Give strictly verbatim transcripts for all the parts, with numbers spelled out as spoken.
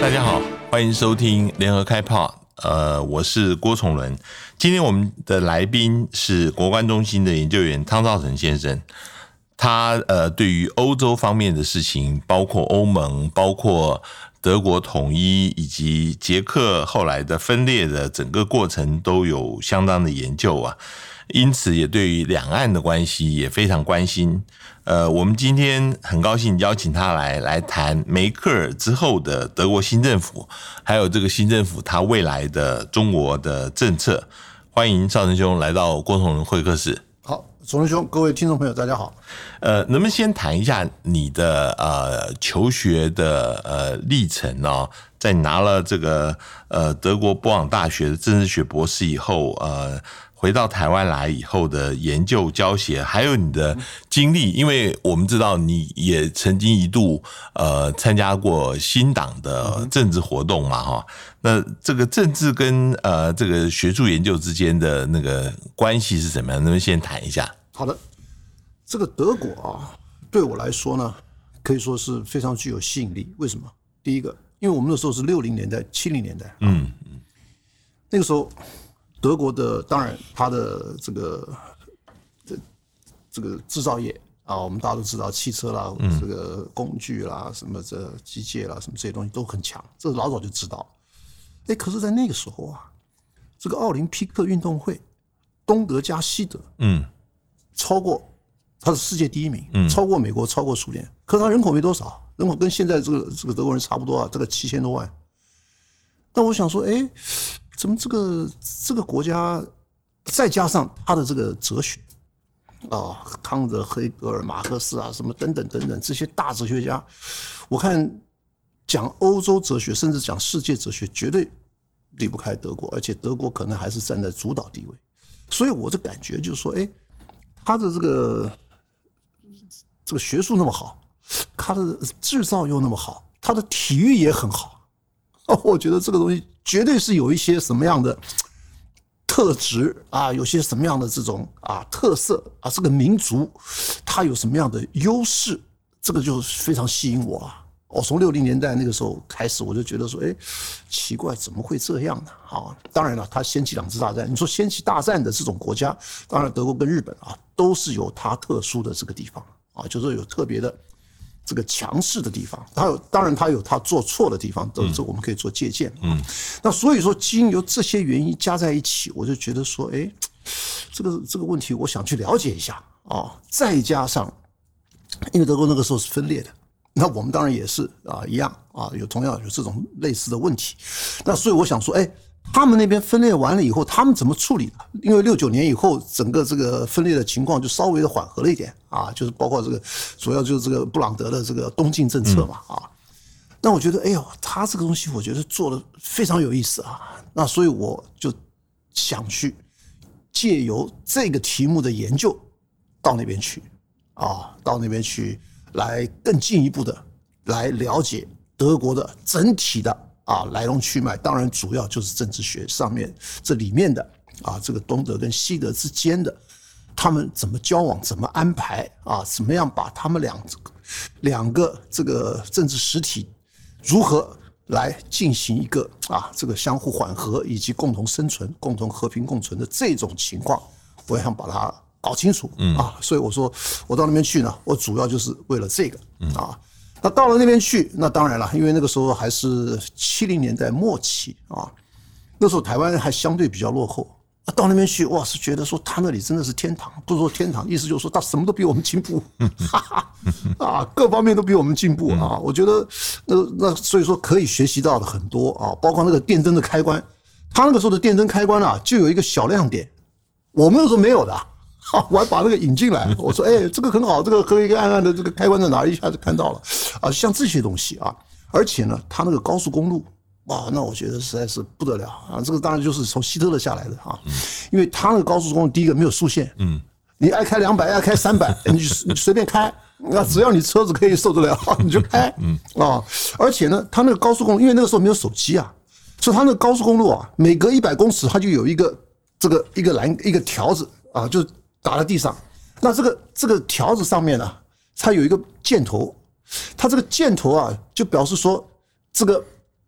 大家好，欢迎收听联合开炮。呃，我是郭崇伦。今天我们的来宾是国关中心的研究员汤肇成先生。他呃，对于欧洲方面的事情，包括欧盟，包括德国统一，以及捷克后来的分裂的整个过程，都有相当的研究啊。因此，也对于两岸的关系也非常关心。呃，我们今天很高兴邀请他来来谈梅克尔之后的德国新政府，还有这个新政府他未来的中国的政策。欢迎肇成兄来到郭崇伦会客室。 好，崇伦兄，各位听众朋友，大家好。 呃，能不能先谈一下你的呃求学的呃历程呢？在你拿了这个呃德国波昂大学的政治学博士以后，呃。回到台湾来以后的研究教学，还有你的经历，因为我们知道你也曾经一度呃参加过新党的政治活动嘛，哈。那这个政治跟呃这个学术研究之间的那个关系是什么样？能不能先谈一下？ 好的，这个德国啊，对我来说呢，可以说是非常具有吸引力。为什么？第一个，因为我们那时候是六零年代、七零年代，嗯嗯，那个时候。德国的当然，它的这个这这个制造业啊，我们大家都知道，汽车啦、嗯、这个工具啦、什么这机械啦、什么这些东西都很强，这老早就知道。哎，可是，在那个时候啊，这个奥林匹克运动会，东德加西德，嗯，超过它是世界第一名，嗯，超过美国，超过苏联。可是它人口没多少，人口跟现在这个这个德国人差不多啊，这个七千多万。那我想说，哎。怎么这个这个国家，再加上他的这个哲学啊，康德、黑格尔、马克思啊，什么等等等等这些大哲学家，我看讲欧洲哲学，甚至讲世界哲学，绝对离不开德国，而且德国可能还是站在主导地位。所以我的感觉就是说，哎，他的这个这个学术那么好，他的制造又那么好，他的体育也很好。哦，我觉得这个东西绝对是有一些什么样的特质啊，有些什么样的这种啊特色啊，这个民族它有什么样的优势，这个就非常吸引我啊。我从六零年代那个时候开始，我就觉得说，哎，奇怪，怎么会这样呢？啊，当然了，它掀起两次大战。你说掀起大战的这种国家，当然德国跟日本啊，都是有它特殊的这个地方啊，就是有特别的。这个强势的地方，他有当然他有他做错的地方，都这我们可以做借鉴。嗯，那所以说，经由这些原因加在一起，我就觉得说，哎，这个这个问题，我想去了解一下啊。再加上，因为德国那个时候是分裂的，那我们当然也是啊一样啊，有同样有这种类似的问题。那所以我想说，哎。他们那边分裂完了以后，他们怎么处理的？因为六九年以后，整个这个分裂的情况就稍微的缓和了一点啊，就是包括这个主要就是这个布朗德的这个东进政策嘛啊。那我觉得，哎呦，他这个东西我觉得做的非常有意思啊。那所以我就想去借由这个题目的研究到那边去啊，到那边去来更进一步的来了解德国的整体的。啊，来龙去脉，当然主要就是政治学上面这里面的啊，这个东德跟西德之间的，他们怎么交往，怎么安排啊，怎么样把他们两两个这个政治实体如何来进行一个啊这个相互缓和以及共同生存、共同和平共存的这种情况，我想把它搞清楚啊。所以我说我到那边去呢，我主要就是为了这个啊。那到了那边去，那当然了，因为那个时候还是七零年代末期啊，那时候台湾还相对比较落后。到那边去，哇，是觉得说他那里真的是天堂，不是说天堂，意思就是说他什么都比我们进步，哈哈，啊，各方面都比我们进步啊。我觉得那那所以说可以学习到的很多啊，包括那个电灯的开关，他那个时候的电灯开关啊，就有一个小亮点，我们那时候没有的。我还把那个引进来，我说，哎，这个很好，这个和一个暗暗的这个开关在哪儿，一下就看到了，啊，像这些东西啊，而且呢，它那个高速公路，哇，那我觉得实在是不得了啊！这个当然就是从希特勒下来的啊，因为它那个高速公路，第一个没有速限，嗯，你爱开两百，爱开三百，你你随便开，那只要你车子可以受得了，你就开，嗯啊，而且呢，它那个高速公路，因为那个时候没有手机啊，所以它那个高速公路啊，每隔一百公尺，它就有一个这个一个栏一个条子啊，就打在地上。那这个这个条子上面呢、啊，它有一个箭头，它这个箭头啊，就表示说这个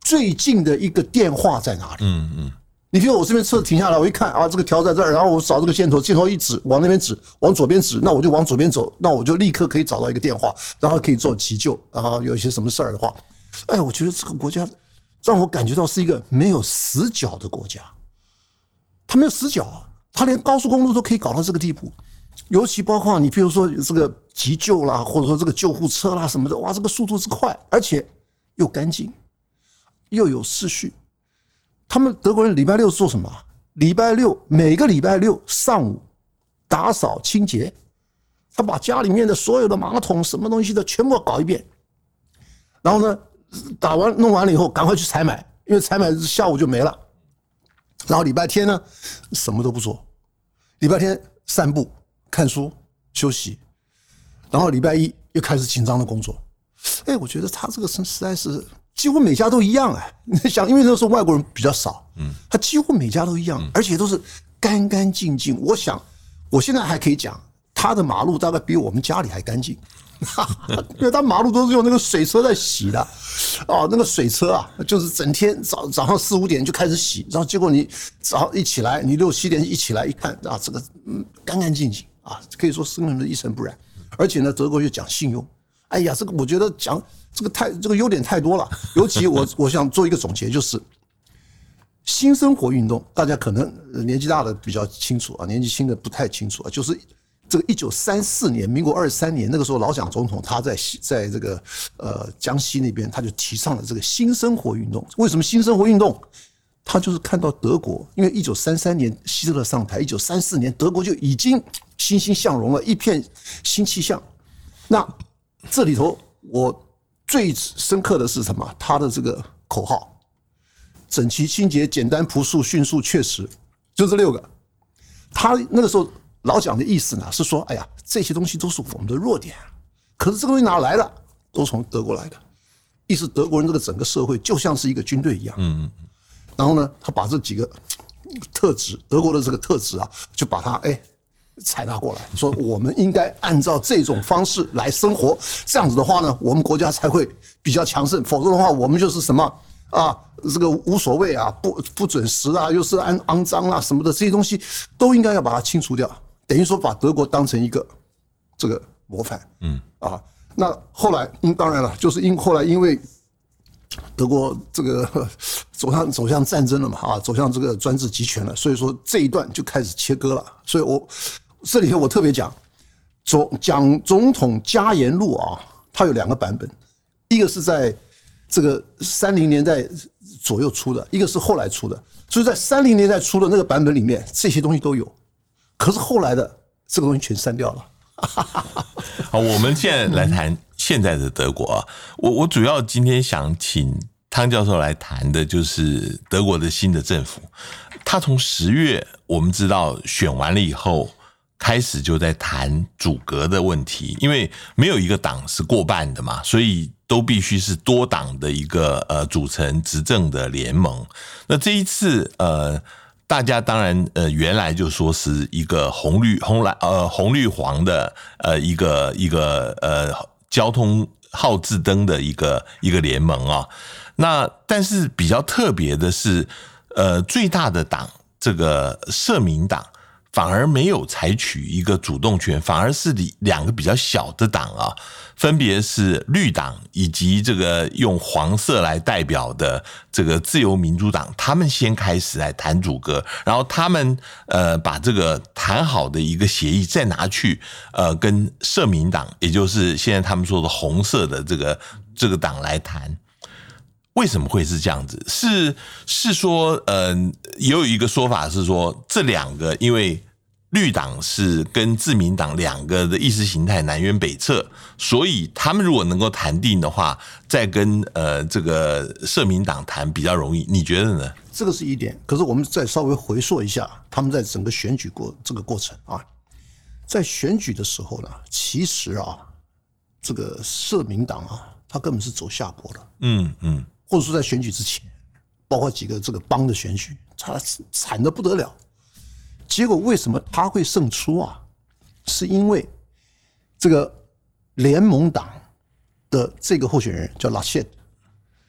最近的一个电话在哪里？ 嗯嗯。 你比如我这边车子停下来，我一看啊，这个条在这儿，然后我找这个箭头，箭头一指往那边指，往左边指，那我就往左边走，那我就立刻可以找到一个电话，然后可以做急救，然后有一些什么事儿的话，哎，我觉得这个国家让我感觉到是一个没有死角的国家，它没有死角，它连高速公路都可以搞到这个地步，尤其包括你比如说这个急救啦，或者说这个救护车啦什么的，哇，这个速度之快，而且又干净，又有秩序。他们德国人礼拜六是做什么？礼拜六每个礼拜六上午打扫清洁，他把家里面的所有的马桶什么东西的全部搞一遍，然后呢，打完弄完了以后赶快去采买，因为采买下午就没了。然后礼拜天呢什么都不做，礼拜天散步、看书、休息，然后礼拜一又开始紧张的工作。哎，我觉得他这个实在是。几乎每家都一样哎，你想，因为那时候外国人比较少，嗯，他几乎每家都一样，而且都是干干净净。我想，我现在还可以讲，他的马路大概比我们家里还干净，因为他马路都是用那个水车在洗的，哦，那个水车啊，就是整天早早上四五点就开始洗，然后结果你早上一起来，你六七点一起来一看啊，这个嗯干干净净啊，可以说生人的一尘不染。而且呢，德国又讲信用，哎呀，这个我觉得讲。这个太这个优点太多了，尤其我我想做一个总结，就是新生活运动，大家可能年纪大的比较清楚啊，年纪轻的不太清楚啊。就是这个一九三四年，民国二十三年，那个时候老蒋总统他在在这个呃江西那边，他就提倡了这个新生活运动。为什么新生活运动？他就是看到德国，因为一九三三年希特勒上台，一九三四年德国就已经欣欣向荣了，一片新气象。那这里头我。最深刻的是什么？他的这个口号：整齐、清洁、简单、朴素、迅速、确实，就这六个。他那个时候老蒋的意思呢，是说，哎呀，这些东西都是我们的弱点，可是这个东西哪来的？都从德国来的。意思德国人这个整个社会就像是一个军队一样。嗯嗯。然后呢，他把这几个特质，德国的这个特质啊，就把它哎。采纳过来，说我们应该按照这种方式来生活，这样子的话呢，我们国家才会比较强盛。否则的话，我们就是什么啊，这个无所谓啊，不不准时啊，又是肮肮脏啊什么的，这些东西都应该要把它清除掉。等于说把德国当成一个这个模范，嗯啊，那后来嗯，当然了，就是因后来因为德国这个走向走向战争了嘛，啊，走向这个专制集权了，所以说这一段就开始切割了。所以我这里头我特别讲，总蒋总统家言录啊，它有两个版本，一个是在这个三零年代左右出的，一个是后来出的。所以在三零年代出的那个版本里面，这些东西都有，可是后来的这个东西全删掉了。 好，我们现在来谈现在的德国啊，我我主要今天想请汤教授来谈的就是德国的新的政府，他从十月我们知道选完了以后。开始就在谈组阁的问题，因为没有一个党是过半的嘛，所以都必须是多党的一个呃组成执政的联盟。那这一次呃，大家当然呃原来就说是一个红绿红蓝呃红绿黄的呃一个一个呃交通号志灯的一个一个联盟啊。那但是比较特别的是，呃最大的党这个社民党。反而没有采取一个主动权，反而是两个比较小的党啊，分别是绿党以及这个用黄色来代表的这个自由民主党，他们先开始来谈组阁，然后他们呃把这个谈好的一个协议再拿去呃跟社民党，也就是现在他们说的红色的这个这个党来谈。为什么会是这样子？是是说，呃，也有一个说法是说，这两个因为绿党是跟自民党两个的意识形态南辕北辙，所以他们如果能够谈定的话，再跟呃这个社民党谈比较容易。你觉得呢？ 这个是一点。可是我们再稍微回溯一下，他们在整个选举过这个过程啊，在选举的时候呢，其实啊，这个社民党啊，他根本是走下坡的。嗯嗯。或者说在选举之前，包括几个这个邦的选举，他惨得不得了。结果为什么他会胜出啊？是因为这个联盟党的这个候选人叫拉谢，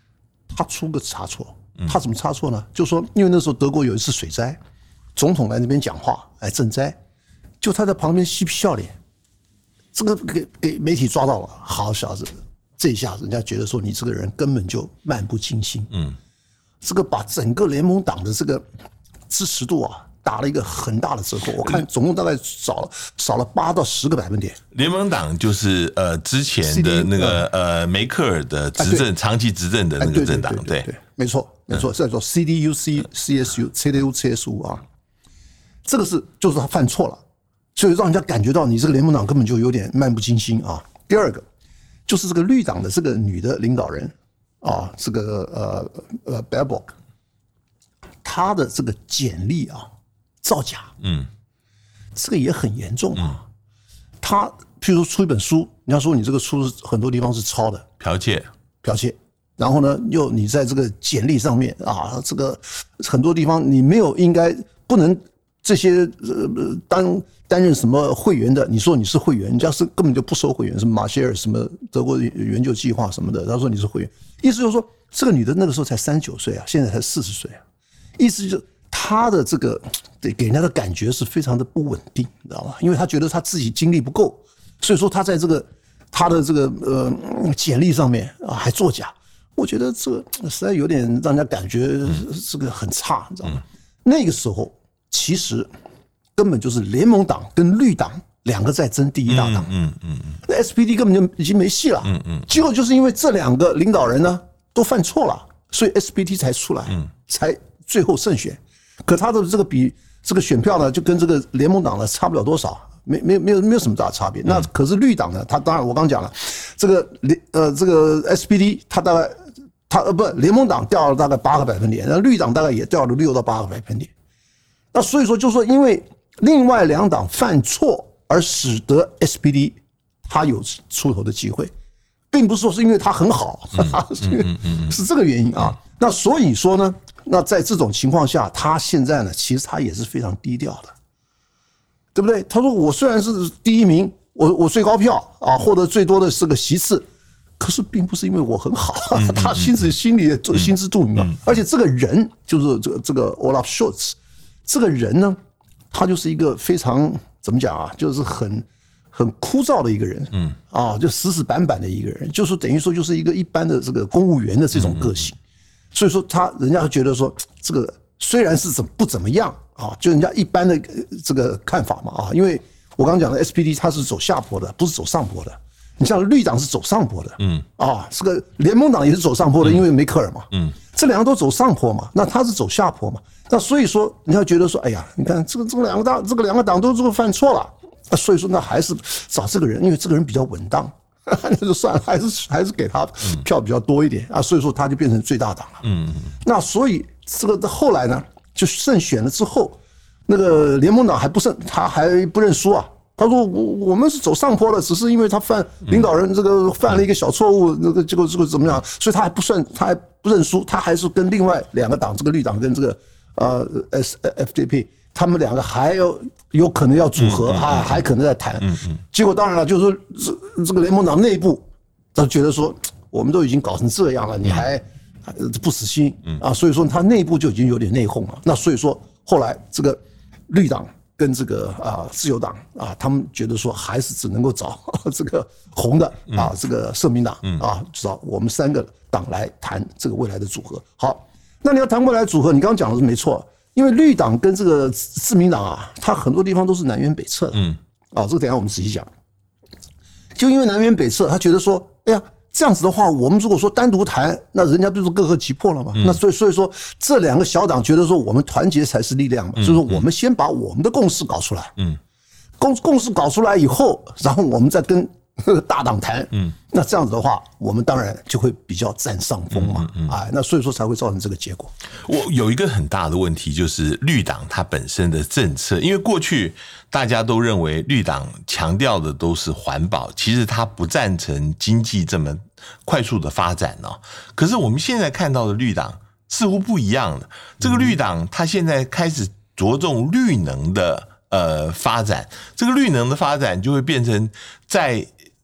他出个差错，他怎么差错呢？就说因为那时候德国有一次水灾，总统来那边讲话来赈灾，就他在旁边嬉皮笑脸，这个给给媒体抓到了，好小子，这一下人家觉得说你这个人根本就漫不经心，嗯，这个把整个联盟党的这个支持度啊打了一个很大的折扣，我看总共大概少了少了八到十个百分点。 联盟党就是呃之前的那个呃梅克尔的执政、长期执政的那个政党，对， 没错没错，叫做 C D U C C S U C D U C S U 啊，这个是就是他犯错了，所以让人家感觉到你这个联盟党根本就有点漫不经心啊。第二个就是这个绿党的这个女的领导人啊，这个呃呃 Baerbock， 她的这个简历啊造假，嗯，这个也很严重啊。他譬如说出一本书，人家说你这个书很多地方是抄的， 剽窃， 剽窃。然后呢，又你在这个简历上面啊，这个很多地方你没有应该不能这些呃当担任什么会员的，你说你是会员，人家是根本就不收会员，什么马歇尔什么德国援救计划什么的，他说你是会员，意思就是说这个女的那个时候才三十九岁啊，现在才四十岁啊，意思就是她的这个给人家的感觉是非常的不稳定，你知道吗？因为她觉得她自己精力不够，所以说她在这个她的这个呃简历上面啊还作假。我觉得这个实在有点让人家感觉这个很差，你知道吗？那个时候其实根本就是联盟党跟绿党两个在争第一大党，嗯嗯嗯，那 S P D 根本就已经没戏了，嗯嗯。结果就是因为这两个领导人呢都犯错了，所以 S P D 才出来，才最后胜选。可他的这个比这个选票呢，就跟这个联盟党呢差不了多少。没没没有没有什么大差别。那可是绿党呢？他当然我刚讲了，这个呃这个 S P D 他大概他呃不联盟党掉了大概八个百分点，那绿党大概也掉了六到八个百分点。那所以说就是说，因为另外两党犯错而使得 S P D 他有出头的机会，并不是说是因为他很好，是这个原因啊。那所以说呢，那在这种情况下，他现在呢，其实他也是非常低调的。对不对？他说我虽然是第一名，我我最高票啊，获得最多的是个席次，可是并不是因为我很好，他心里心里心知肚明嘛。而且这个人就是这个这个 Olaf Scholz， 这个人呢，他就是一个非常怎么讲啊，就是很很枯燥的一个人，嗯啊，就死死板板的一个人，就是等于说就是一个一般的这个公务员的这种个性，所以说他人家觉得说这个虽然是怎不怎么样。啊，就人家一般的这个看法嘛啊，因为我刚刚讲的 S P D 它是走下坡的，不是走上坡的。你像绿党是走上坡的，嗯啊，这个联盟党也是走上坡的，因为梅克尔嘛，嗯，这两个都走上坡嘛，那他是走下坡嘛，那所以说人家觉得说，哎呀，你看这个这个两个党，这个两个党都这个犯错了，啊，所以说那还是找这个人，因为这个人比较稳当，那就算了，还是还是给他票比较多一点啊，所以说他就变成最大党了，嗯，那所以这个后来呢？就胜选了之后，那个联盟党还不胜，他还不认输啊。他说我我们是走上坡的，只是因为他犯领导人这个犯了一个小错误，那个结果这个怎么样，所以他还不算，他还不认输，他还是跟另外两个党，这个绿党跟这个呃 S F D P， 他们两个还有有可能要组合啊，还可能在谈。结果当然了，就是说这这个联盟党内部，他觉得说我们都已经搞成这样了，你还。不死心啊，所以说他内部就已经有点内讧了。那所以说后来这个绿党跟这个啊自由党啊，他们觉得说还是只能够找这个红的啊这个社民党啊，找我们三个党来谈这个未来的组合。好，那你要谈未来组合，你刚刚讲的是没错，因为绿党跟这个自民党啊，它很多地方都是南辕北辙的。嗯，啊，这个等一下我们仔细讲。就因为南辕北辙，他觉得说，哎呀。这样子的话，我们如果说单独谈，那人家不是各个击破了吗？嗯、那所以所以说，这两个小党觉得说我们团结才是力量嘛，嗯、就是说我们先把我们的共识搞出来，嗯，共共识搞出来以后，然后我们再跟大党谈，嗯，那这样子的话，我们当然就会比较占上风嘛，嗯嗯、哎，那所以说才会造成这个结果。 我有一个很大的问题，就是绿党它本身的政策，因为过去大家都认为绿党强调的都是环保，其实它不赞成经济这么快速的发展哦。可是我们现在看到的绿党似乎不一样了，这个绿党它现在开始着重绿能的呃发展，这个绿能的发展就会变成在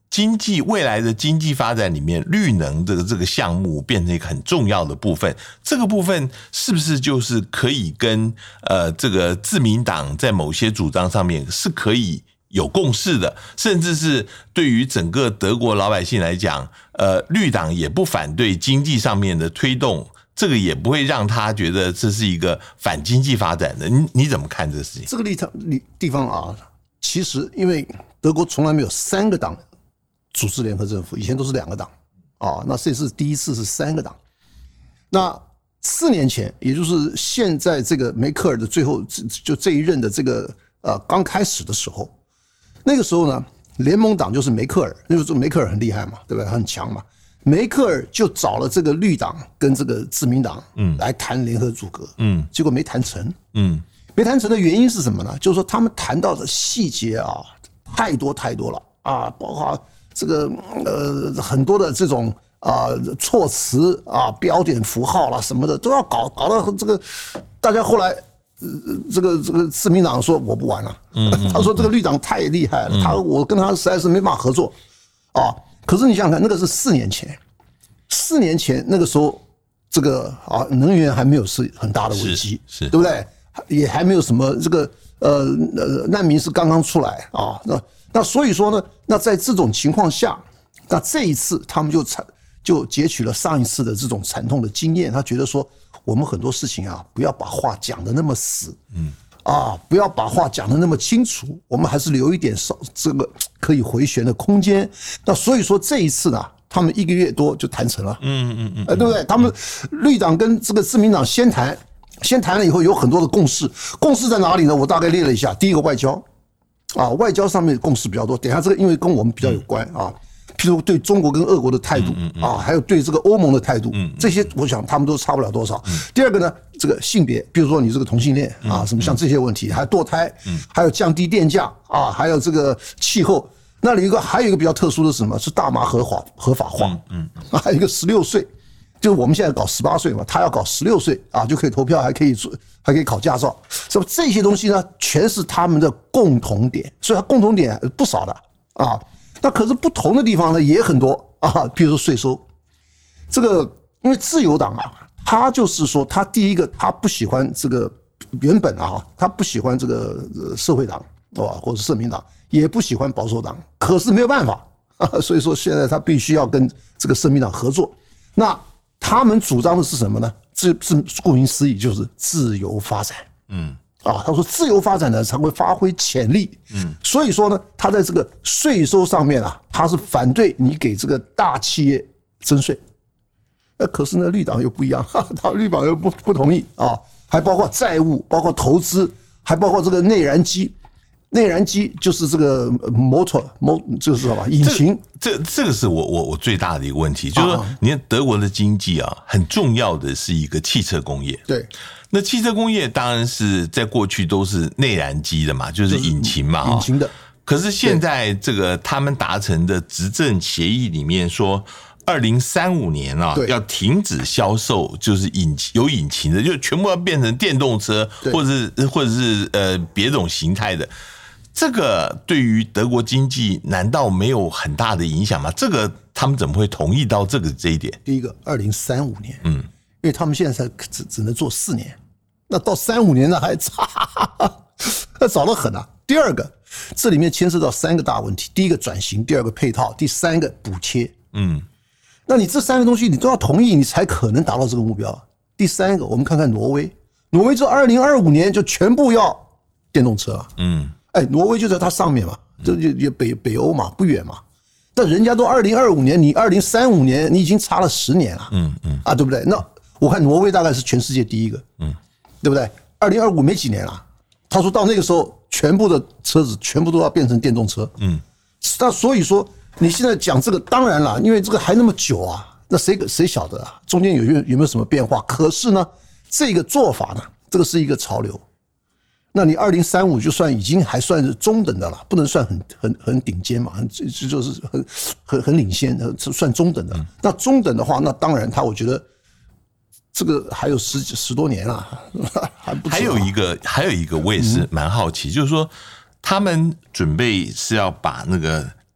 经济未来的经济发展里面，绿能这个这个项目变成一个很重要的部分。这个部分是不是就是可以跟呃这个自民党在某些主张上面是可以有共识的，甚至是对于整个德国老百姓来讲，呃，绿党也不反对经济上面的推动，这个也不会让他觉得这是一个反经济发展的。你你怎么看这个事情？ 这个地方地方啊，其实因为德国从来没有三个党组织联合政府，以前都是两个党啊，那这次第一次是三个党。那四年前，也就是现在这个梅克尔的最后就这一任的这个呃刚开始的时候，那个时候呢，联盟党就是梅克尔，因为这梅克尔很厉害嘛，对不对？很强嘛。梅克尔就找了这个绿党跟这个自民党来谈联合组阁，嗯，结果没谈成，嗯，没谈成的原因是什么呢？就是说他们谈到的细节啊，太多太多了啊，包括这个呃很多的这种啊措辞啊标点符号啦什么的都要搞，搞到这个大家后来呃这个这个自民党说我不玩了，嗯，他说这个绿党太厉害了，他我跟他实在是没办法合作啊。可是你想想看，那个是四年前，四年前那个时候，这个啊能源还没有是很大的危机， 是，是对不对？也还没有什么这个呃呃难民是刚刚出来啊，那那所以说呢，那在这种情况下，那这一次他们就惨就截取了上一次的这种惨痛的经验，他觉得说我们很多事情啊，不要把话讲得那么死，嗯。啊，不要把话讲得那么清楚，我们还是留一点少这个可以回旋的空间。那所以说这一次呢，他们一个月多就谈成了，嗯嗯嗯，哎，对不对？他们绿党跟这个自民党先谈，先谈了以后有很多的共识，共识在哪里呢？我大概列了一下，第一个外交，啊，外交上面共识比较多。等一下这个因为跟我们比较有关啊。譬如对中国跟俄国的态度啊，还有对这个欧盟的态度，这些我想他们都差不了多少。第二个呢，这个性别，比如说你这个同性恋啊，什么像这些问题，还有堕胎，还有降低电价啊，还有这个气候。那里一个还有一个比较特殊的是什么？是大麻合法合法化，嗯，还有一个十六岁，就是我们现在搞十八岁嘛，他要搞十六岁啊，就可以投票，还可以做，还可以考驾照。所以这些东西呢，全是他们的共同点，所以它共同点不少的啊。那可是不同的地方呢也很多啊，比如说税收，这个因为自由党啊，他就是说他第一个他不喜欢这个原本啊，他不喜欢这个社会党啊或者社民党，也不喜欢保守党，可是没有办法啊，所以说现在他必须要跟这个社民党合作。那他们主张的是什么呢？这是顾名思义就是自由发展，嗯。啊，他说自由发展呢才会发挥潜力，嗯，所以说呢，他在这个税收上面啊，他是反对你给这个大企业征税，呃，可是呢，绿党又不一样，哈，他绿党又不不同意啊，还包括债务，包括投资，还包括这个内燃机，内燃机就是这个 motor motor 就是什么引擎， 这这个是我我我最大的一个问题，就是说，你看德国的经济啊，很重要的是一个汽车工业， 对。 那汽车工业当然是在过去都是内燃机的嘛，就是引擎嘛， 引擎的。 可是现在这个他们达成的执政协议里面说，二零三五年啊要停止销售就是引有引擎的，就全部要变成电动车，或者是或者是呃别种形态的。这个对于德国经济难道没有很大的影响吗？这个他们怎么会同意到这个这一点？ 第一个，二零三五年，嗯。因为他们现在才只只能做四年，那到三五年呢还差，那早得很啊。第二个，这里面牵涉到三个大问题：第一个转型，第二个配套，第三个补贴。嗯，那你这三个东西你都要同意，你才可能达到这个目标。第三个，我们看看挪威，挪威这二零二五年就全部要电动车啊。嗯，哎，挪威就在它上面嘛，就就北北欧嘛，不远嘛。但人家都二零二五年，你二零三五年，你已经差了十年了。嗯嗯，啊，对不对？那我看挪威大概是全世界第一个，嗯，对不对？二零二五没几年了，他说到那个时候，全部的车子全部都要变成电动车，嗯，那所以说你现在讲这个，当然了，因为这个还那么久啊，那谁谁晓得啊？中间有有没有什么变化？可是呢，这个做法呢，这个是一个潮流。那你二零三五就算已经还算是中等的了，不能算很很很顶尖嘛，这就是很很很领先，算中等的。那中等的话，那当然他我觉得。这个还有十十多年啊，还不、啊、 还有一个，还有一个，我也是蛮好奇，嗯、就是说他们准备是要把那个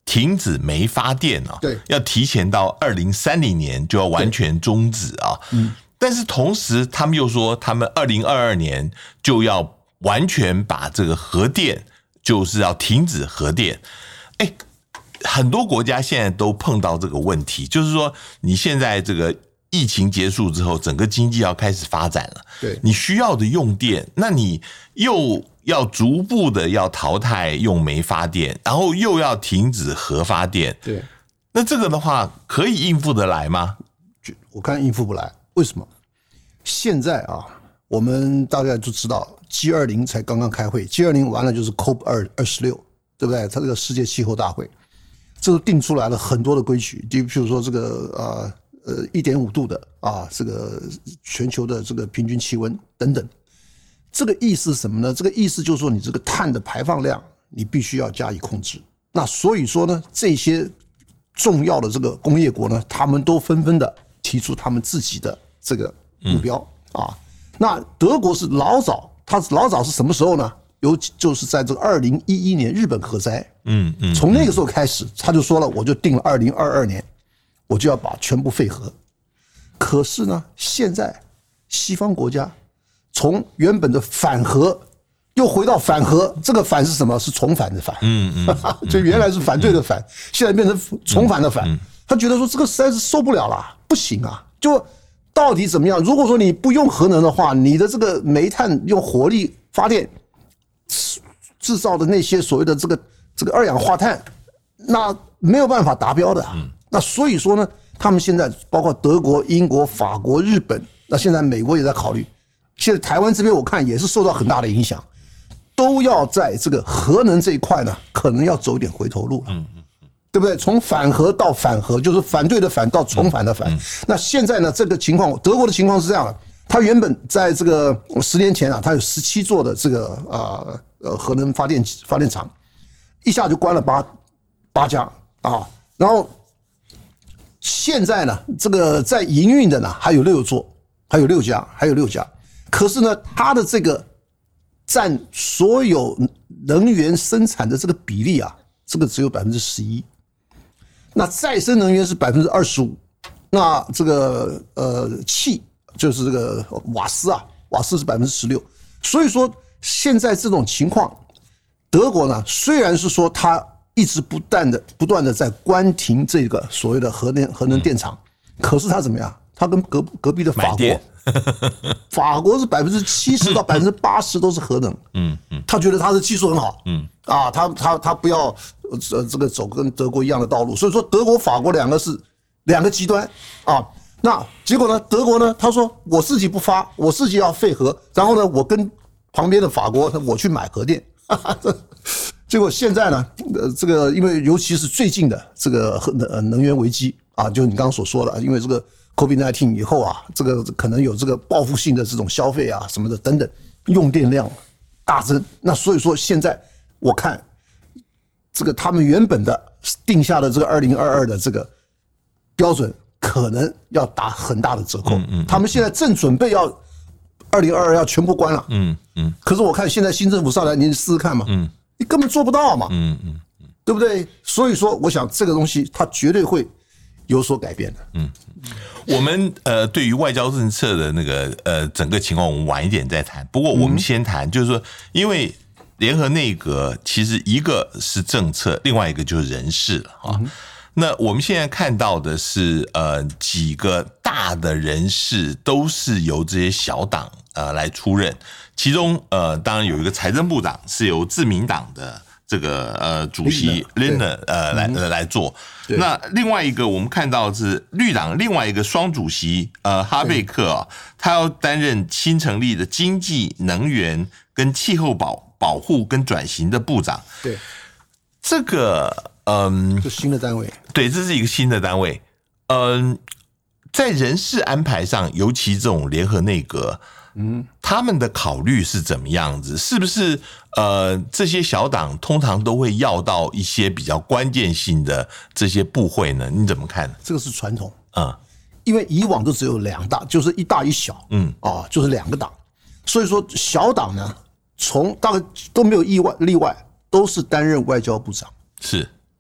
停止煤发电啊， 对， 要提前到二零三零年就要完全终止啊。嗯，但是同时他们又说，他们二零二二年就要完全把这个核电，就是要停止核电。哎，很多国家现在都碰到这个问题，就是说你现在这个疫情结束之后，整个经济要开始发展了， 对， 你需要的用电，那你又要逐步的要淘汰用煤发电，然后又要停止核发电， 对， 那这个的话可以应付得来吗？ 我看应付不来，为什么？现在啊，我们大概就知道 G 二十 才刚刚开会 ，G 二十 完了就是 C O P 二十六，对不对？它这个世界气候大会，这都定出来了很多的规矩，就譬如说这个呃呃一点五度的啊，这个全球的这个平均气温等等。这个意思是什么呢？这个意思就是说，你这个碳的排放量，你必须要加以控制。那所以说呢，这些重要的这个工业国呢，他们都纷纷的提出他们自己的这个目标、嗯、啊。那德国是老早，它老早是什么时候呢？尤其就是在这个二零一一年日本核灾，嗯嗯，从那个时候开始，他就说了，我就定了二零二二年，我就要把全部废核。可是呢，现在西方国家从原本的反核又回到反核，这个反是什么？是重返的反。嗯嗯，就原来是反对的反，现在变成重返的反。他觉得说这个实在是受不了了，不行啊！就到底怎么样？如果说你不用核能的话，你的这个煤炭用火力发电制造的那些所谓的这个这个二氧化碳，那没有办法达标的。那所以说呢，他们现在包括德国、英国、法国、日本，那现在美国也在考虑。现在台湾这边我看也是受到很大的影响，都要在这个核能这一块呢，可能要走一点回头路了，对不对？从反核到反核，就是反对的反到重返的反。那现在呢，这个情况，德国的情况是这样的，它原本在这个十年前啊，它有十七座的这个呃呃核能发电发电厂，一下就关了八八家啊，然后现在呢，这个在营运的呢还有六座，还有六家，还有六家。可是呢，它的这个占所有能源生产的这个比例啊，这个只有百分之十一。那再生能源是百分之二十五，那这个呃气就是这个瓦斯啊，瓦斯是百分之十六。所以说现在这种情况，德国呢虽然是说它一直不断的不断的在关停这个所谓的核能核能电厂，可是它怎么样？它跟隔隔壁的法国。法国是百分之七十到百分之八十都是核能，嗯嗯，他觉得他的技术很好，嗯啊，他他他不要呃这个走跟德国一样的道路，所以说德国法国两个是两个极端啊。那结果呢，德国呢，他说我自己不发，我自己要废核，然后呢，我跟旁边的法国我去买核电，哈哈，结果现在呢，呃，这个因为尤其是最近的这个能源危机啊，就你刚刚所说的，因为这个。COVID 十九 以后啊，这个可能有这个报复性的这种消费啊什么的等等，用电量大增。那所以说现在我看这个他们原本的定下的这个二零二二的这个标准，可能要打很大的折扣。嗯嗯，他们现在正准备要二零二二要全部关了。嗯嗯，可是我看现在新政府上来，你试试看嘛。嗯，你根本做不到嘛。嗯嗯，对不对？所以说，我想这个东西它绝对会有所改变的。嗯。 我们呃，对于外交政策的那个呃整个情况，我们晚一点再谈。不过我们先谈，就是说，因为联合内阁其实一个是政策，另外一个就是人事了啊。嗯、那我们现在看到的是呃几个大的人事都是由这些小党呃来出任，其中呃当然有一个财政部长是由自民党的。这个呃主席 Lindner 呃来呃来做，那另外一个我们看到是绿党另外一个双主席呃哈贝克啊，他要担任新成立的经济、能源跟气候保保护跟转型的部长。 对， 这个嗯， 是新的单位， 对，这是一个新的单位。嗯，在人事安排上，尤其这种联合内阁。嗯，他们的考虑是怎么样子？是不是呃，这些小党通常都会要到一些比较关键性的这些部会呢？你怎么看？ 这个是传统啊、嗯，因为以往都只有两大，就是一大一小，嗯啊，就是两个党，所以说小党呢，从大概都没有意外例外，都是担任外交部长， 是啊，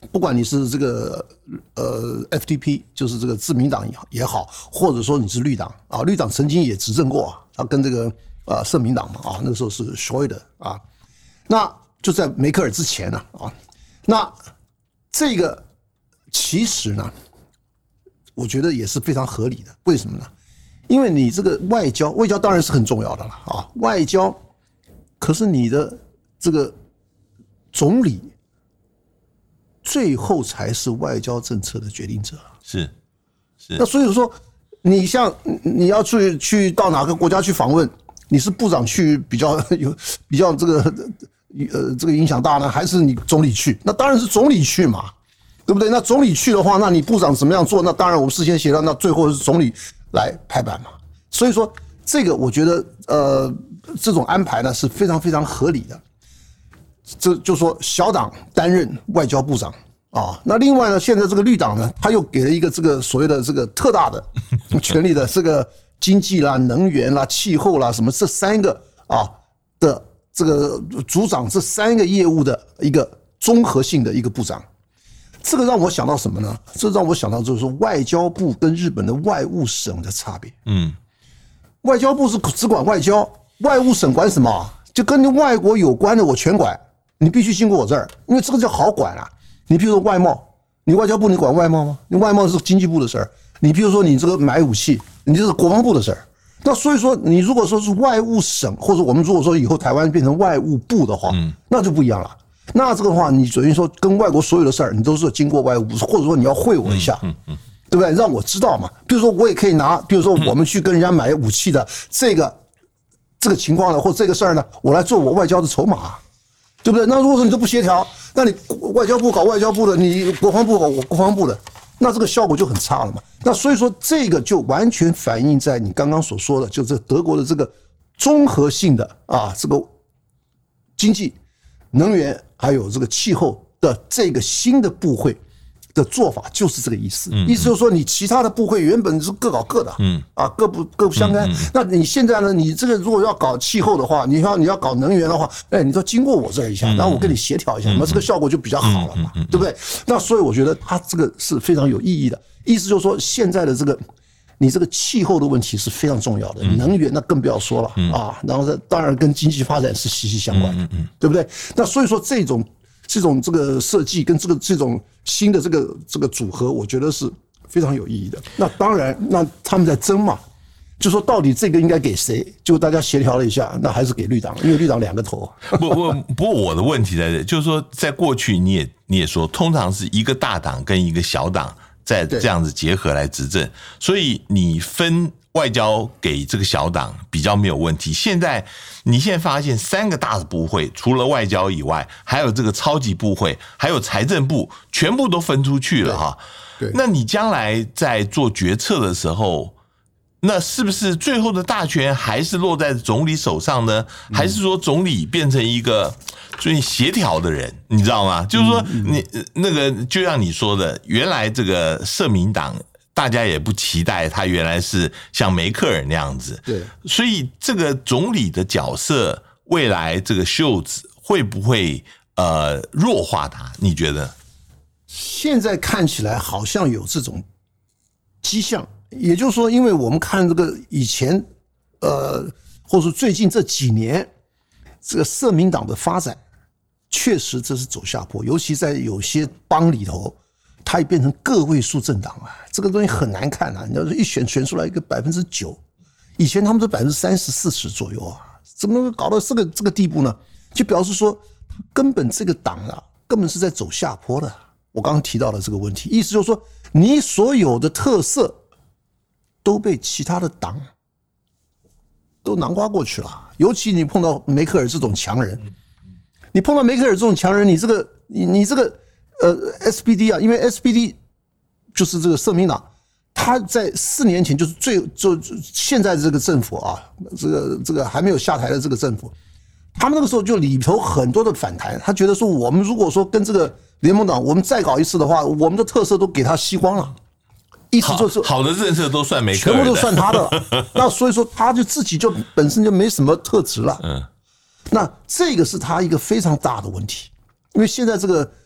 不管你是这个呃 F D P， 就是这个自民党也好，或者说你是绿党啊，绿党曾经也执政过，他跟这个呃社民党嘛啊，那个时候是 Schroeder 啊，那就在梅克尔之前呢 啊, 啊，那这个其实呢，我觉得也是非常合理的，为什么呢？因为你这个外交，外交当然是很重要的了啊，外交，可是你的这个总理最后才是外交政策的决定者， 是是。 那所以说，你像你要去去到哪个国家去访问，你是部长去比较有比较这个呃这个影响大呢，还是你总理去？那当然是总理去嘛，对不对？那总理去的话，那你部长怎么样做？那当然我们事先协调，那最后是总理来拍板嘛。所以说，这个我觉得呃这种安排呢是非常非常合理的。这就说小党担任外交部长啊，那另外呢，现在这个绿党呢，他又给了一个这个所谓的这个特大的权力的这个经济啦、能源啦、气候啦什么这三个啊的这个组长这三个业务的一个综合性的一个部长。这个让我想到什么呢？这让我想到就是说外交部跟日本的外务省的差别。嗯，外交部是只管外交，外务省管什么？就跟外国有关的我全管，你必须经过我这儿，因为这个就好管啊。你比如说外贸，你外交部你管外贸吗？你外贸是经济部的事儿。你比如说你这个买武器，你这是国防部的事儿。那所以说，你如果说是外务省，或者我们如果说以后台湾变成外务部的话，嗯，那就不一样了。那这个的话，你等于说跟外国所有的事儿，你都是经过外务部，或者说你要会我一下，嗯嗯，对不对？让我知道嘛。比如说我也可以拿，比如说我们去跟人家买武器的这个这个情况呢，或这个事儿呢，我来做我外交的筹码，对不对？那如果说你都不协调，那你外交部搞外交部的，你国防部搞我国防部的，那这个效果就很差了嘛。那所以说，这个就完全反映在你刚刚所说的，就是德国的这个综合性的啊，这个经济、能源还有这个气候的这个新的部会的做法，就是这个意思。意思就是说，你其他的部会原本是各搞各的，嗯，啊，各不各不相干。那你现在呢？你这个如果要搞气候的话，你要你要搞能源的话，哎，你都经过我这儿一下，然后我跟你协调一下，那这个效果就比较好了嘛，对不对？那所以我觉得它这个是非常有意义的。意思就是说，现在的这个你这个气候的问题是非常重要的，能源那更不要说了啊。然后当然跟经济发展是息息相关的，对不对？那所以说这种。这种这个设计跟这个这种新的这个这个组合，我觉得是非常有意义的。那当然，那他们在争嘛，就说到底这个应该给谁？就大家协调了一下，那还是给绿党，因为绿党两个头。 不不不过我的问题在这，就是说，在过去你也你也说，通常是一个大党跟一个小党在这样子结合来执政，所以你分外交给这个小党比较没有问题。现在你现在发现三个大的部会，除了外交以外，还有这个超级部会，还有财政部，全部都分出去了哈。那你将来在做决策的时候，那是不是最后的大权还是落在总理手上呢？还是说总理变成一个最协调的人？你知道吗？就是说你那个就像你说的，原来这个社民党。大家也不期待他原来是像梅克尔那样子， 对， 所以这个总理的角色，未来这个秀子会不会呃弱化他？你觉得？ 现在看起来好像有这种迹象，也就是说，因为我们看这个以前呃，或者说最近这几年，这个社民党的发展确实这是走下坡，尤其在有些邦里头。它也变成个位数政党啊，这个东西很难看啊！你要是一选选出来一个百分之九，以前他们都百分之三十四十左右啊，怎么能搞到这个这个地步呢？就表示说，根本这个党啊，根本是在走下坡的。我刚刚提到的这个问题，意思就是说，你所有的特色都被其他的党都囊括过去了。尤其你碰到梅克尔这种强人，你碰到梅克尔这种强人，你这个你你这个。呃 ，S P D 啊，因为 S P D 就是这个社民党，他在四年前就是最就现在这个政府啊，这个这个还没有下台的这个政府，他们那个时候就里头很多的反弹，他觉得说我们如果说跟这个联盟党我们再搞一次的话，我们的特色都给他吸光了，意思就是好, 好的政策都算梅克尔的， 全部都算他的了。那所以说他就自己就本身就没什么特质了。嗯，那这个是他一个非常大的问题。因为现在这个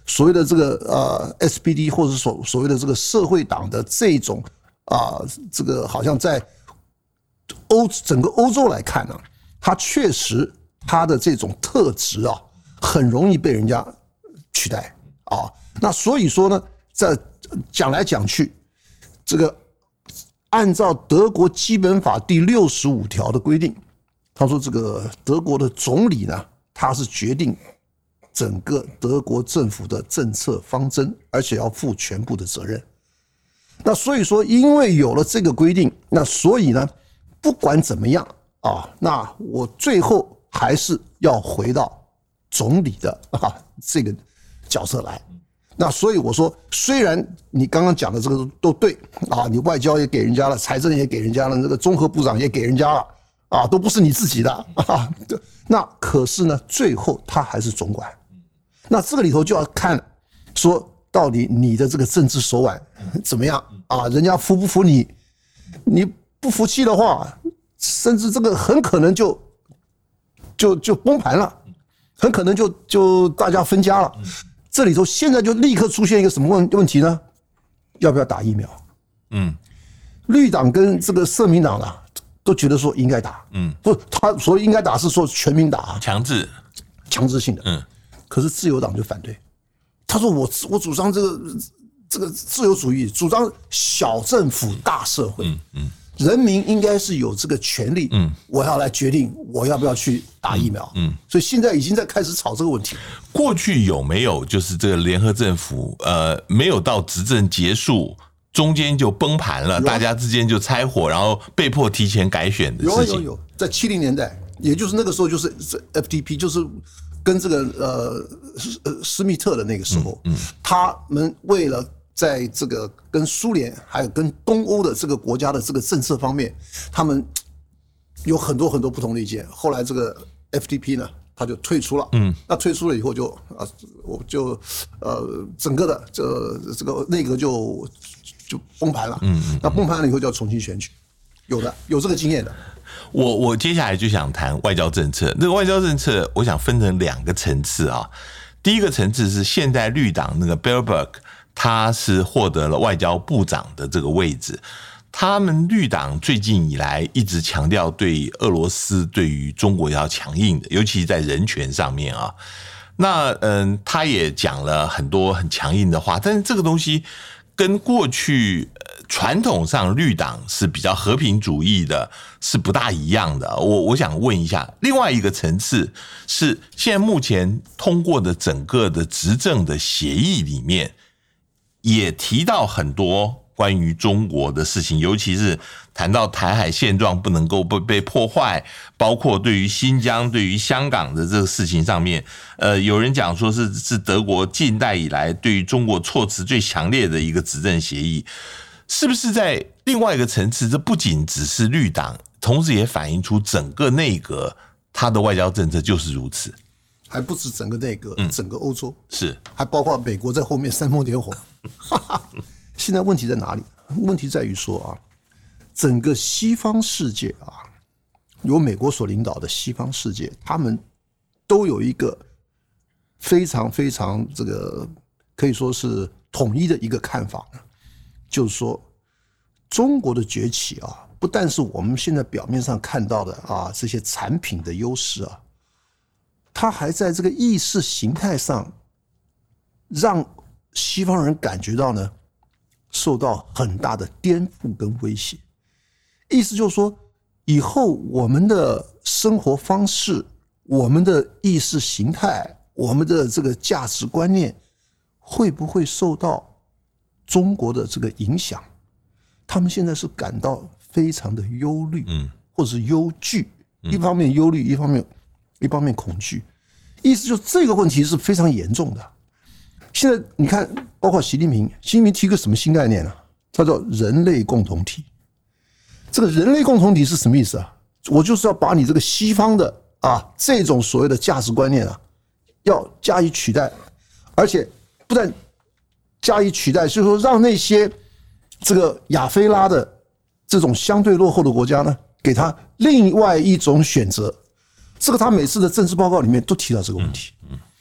所谓的这个呃 S P D 或者所所谓的这个社会党的这种啊、呃，这个好像在欧整个欧洲来看呢，它确实它的这种特质啊，很容易被人家取代啊。那所以说呢，在讲来讲去，这个按照德国基本法第六十五条的规定，他说这个德国的总理呢，他是决定整个德国政府的政策方针，而且要负全部的责任。那所以说，因为有了这个规定，那所以呢，不管怎么样啊，那我最后还是要回到总理的啊这个角色来。那所以我说，虽然你刚刚讲的这个都对啊，你外交也给人家了，财政也给人家了，这个综合部长也给人家了啊，都不是你自己的啊。那可是呢，最后他还是总管。那这个里头就要看说，到底你的这个政治手腕怎么样啊？人家服不服你？你不服气的话，甚至这个很可能就就就崩盘了，很可能就就大家分家了。这里头现在就立刻出现一个什么问问题呢？要不要打疫苗？嗯，绿党跟这个社民党啊，都觉得说应该打。嗯，不，他所谓应该打是说全民打， 强制、 强制性的。嗯，可是自由党就反对，他说我我主张这个这个自由主义，主张小政府大社会。嗯嗯。人民应该是有这个权利，嗯，我要来决定我要不要去打疫苗，嗯，所以现在已经在开始吵这个问题。 过去有没有就是这个联合政府，呃，没有到执政结束，中间就崩盘了，大家之间就拆伙，然后被迫提前改选的事情？ 有有有，在七零年代，也就是那个时候，就是 F D P， 就是跟这个呃施密特的那个时候，嗯，他们为了在这个跟苏联还有跟东欧的这个国家的这个政策方面，他们有很多很多不同的意见。后来这个 F D P 呢，他就退出了。嗯，那退出了以后就啊，我就呃整个的这这个内阁就就崩盘了。嗯，那崩盘了以后就要重新选举，有的有这个经验的。 我我接下来就想谈外交政策。那个外交政策，我想分成两个层次啊。第一个层次是现在绿党那个 Baerbock。他是获得了外交部长的这个位置。他们绿党最近以来一直强调对俄罗斯、对于中国要强硬的，尤其在人权上面啊。那嗯，他也讲了很多很强硬的话，但是这个东西跟过去传统上绿党是比较和平主义的，是不大一样的。我我想问一下，另外一个层次是现在目前通过的整个的执政的协议里面。也提到很多关于中国的事情，尤其是谈到台海现状不能够被被破坏，包括对于新疆、对于香港的这个事情上面，呃，有人讲说是是德国近代以来对于中国措辞最强烈的一个执政协议，是不是在另外一个层次？这不仅只是绿党，同时也反映出整个内阁它的外交政策就是如此。 还不止整个内阁，嗯、整个欧洲是， 还包括美国在后面煽风点火。现在问题在哪里？问题在于说啊，整个西方世界啊，由美国所领导的西方世界，他们都有一个非常非常这个可以说是统一的一个看法，就是说中国的崛起啊，不但是我们现在表面上看到的啊这些产品的优势啊。他还在这个意识形态上，让西方人感觉到呢，受到很大的颠覆跟威胁。意思就是说，以后我们的生活方式、我们的意识形态、我们的这个价值观念，会不会受到中国的这个影响？他们现在是感到非常的忧虑，嗯，或者是忧惧。一方面忧虑，一方面。一方面恐惧，意思就是这个问题是非常严重的。现在你看，包括习近平，习近平提个什么新概念呢、啊？叫做人类共同体。这个人类共同体是什么意思啊？我就是要把你这个西方的啊这种所谓的价值观念啊，要加以取代，而且不但加以取代，就是说让那些这个亚非拉的这种相对落后的国家呢，给他另外一种选择。这个他每次的政治报告里面都提到这个问题，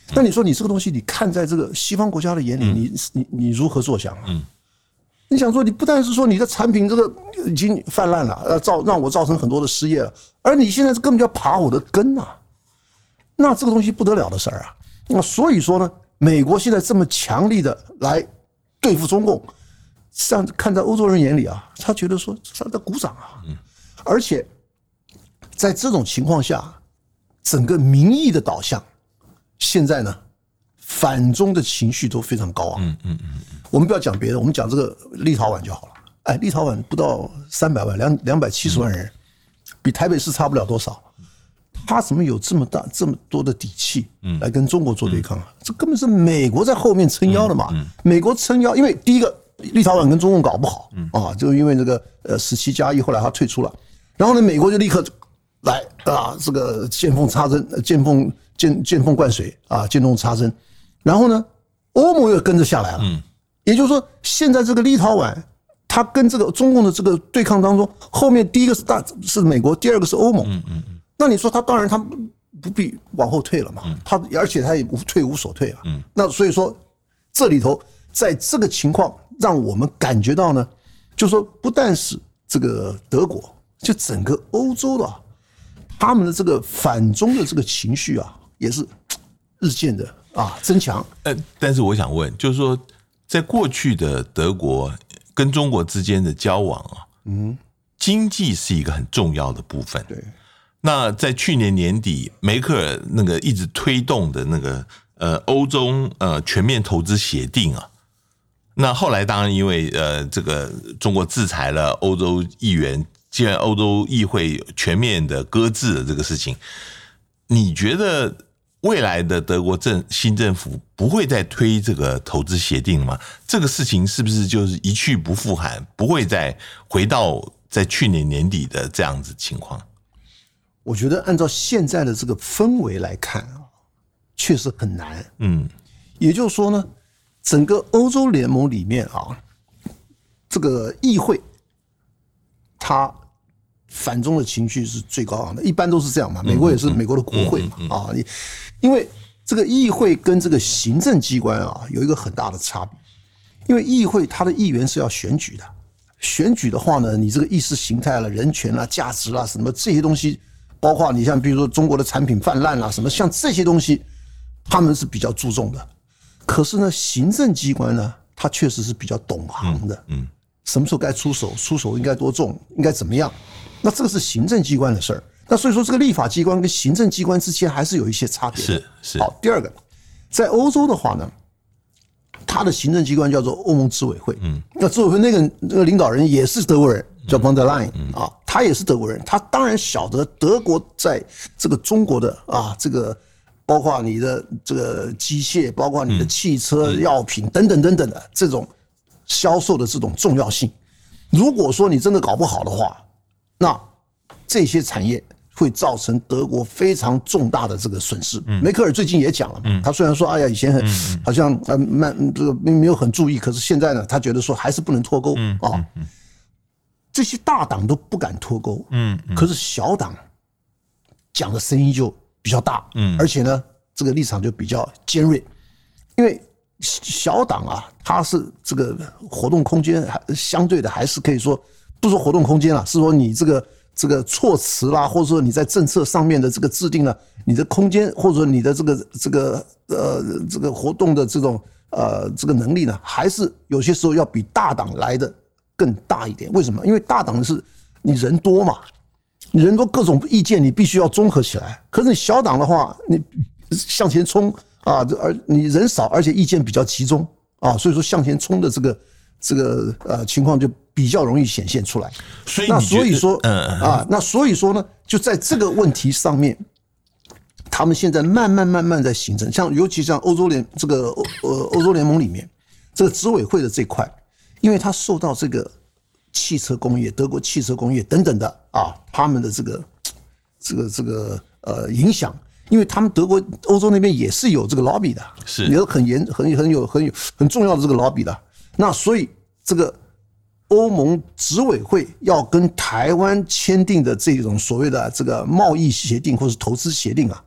那你说你这个东西，你看在这个西方国家的眼里，你你你如何作想啊？嗯，你想说，你不但是说你的产品这个已经泛滥了，呃，造让我造成很多的失业了，而你现在根本就要爬我的根啊！那这个东西不得了的事儿啊！那所以说呢，美国现在这么强力的来对付中共，像看在欧洲人眼里啊，他觉得说他在鼓掌啊，嗯，而且在这种情况下，整个民意的导向，现在呢，反中的情绪都非常高昂。嗯嗯嗯，我们不要讲别的，我们讲这个立陶宛就好了。哎，立陶宛不到三百万，两两百七十万人，比台北市差不了多少。他怎么有这么大、这么多的底气来跟中国做对抗啊？这根本是美国在后面撑腰的嘛。美国撑腰，因为第一个，立陶宛跟中共搞不好啊，就因为这个呃十七加一，后来他退出了，然后呢，美国就立刻来啊，这个见缝插针，见缝见见缝灌水啊，见缝插针。然后呢，欧盟又跟着下来了。也就是说，现在这个立陶宛，它跟这个中共的这个对抗当中，后面第一个是大是美国，第二个是欧盟。那你说他当然他不必往后退了嘛，他而且他也无退无所退啊。那所以说这里头在这个情况让我们感觉到呢，就是说不但是这个德国，就整个欧洲的、啊、他们的这个反中的这个情绪啊，也是日渐的啊增强。 呃，但是我想问，就是说在过去的德国跟中国之间的交往啊，嗯，经济是一个很重要的部分。 对。 那在去年年底，梅克尔那个一直推动的那个呃欧洲呃全面投资协定啊，那后来当然因为呃这个中国制裁了欧洲议员，既然欧洲议会全面的搁置了这个事情，你觉得未来的德国政新政府不会再推这个投资协定吗？这个事情是不是就是一去不复返，不会再回到在去年年底的这样子情况？ 我觉得按照现在的这个氛围来看啊，确实很难。嗯，也就是说呢，整个欧洲联盟里面啊，这个议会，它反中的情绪是最高昂的，一般都是这样嘛。美国也是美国的国会嘛啊，因为这个议会跟这个行政机关啊有一个很大的差别，因为议会它的议员是要选举的，选举的话呢，你这个意识形态啦、人权啦、价值啦什么这些东西。包括你像比如说中国的产品泛滥啦，什么像这些东西，他们是比较注重的。可是呢，行政机关呢，它确实是比较懂行的，嗯，什么时候该出手，出手应该多重，应该怎么样？那这个是行政机关的事儿。那所以说，这个立法机关跟行政机关之间还是有一些差别的。 是是。 好，第二个，在欧洲的话呢，它的行政机关叫做欧盟执委会，嗯，那执委会那个那个领导人也是德国人。叫 von der Leyen 啊，他也是德国人，他当然晓得德国在这个中国的啊，这个包括你的这个机械，包括你的汽车、药品等等等等的这种销售的这种重要性。如果说你真的搞不好的话，那这些产业会造成德国非常重大的这个损失。梅克尔最近也讲了嘛，他虽然说哎呀以前很好像呃慢这个没有很注意，可是现在呢，他觉得说还是不能脱钩啊。这些大党都不敢脱钩，嗯，可是小党讲的声音就比较大，嗯，而且呢，这个立场就比较尖锐，因为小党啊，它是这个活动空间还相对的还是可以说，不说活动空间了，是说你这个这个措辞啦，或者说你在政策上面的这个制定了，你的空间或者说你的这个这个呃这个活动的这种呃这个能力呢，还是有些时候要比大党来的。更大一点，为什么？因为大党是你人多嘛，你人多各种意见你必须要综合起来。可是你小党的话，你向前冲啊，而你人少，而且意见比较集中啊，所以说向前冲的这个这个呃情况就比较容易显现出来。 所以那所以说啊，那所以说呢，就在这个问题上面，他们现在慢慢慢慢在形成，像尤其像欧洲联这个呃欧洲联盟里面这个执委会的这块。因为它受到这个汽车工业、德国汽车工业等等的啊，他们的这个这个这个呃影响，因为他们德国、欧洲那边也是有这个 lobby 的， 是也有很严、很很有、很有很重要的这个 lobby 的。那所以这个欧盟执委会要跟台湾签订的这种所谓的这个贸易协定或是投资协定啊，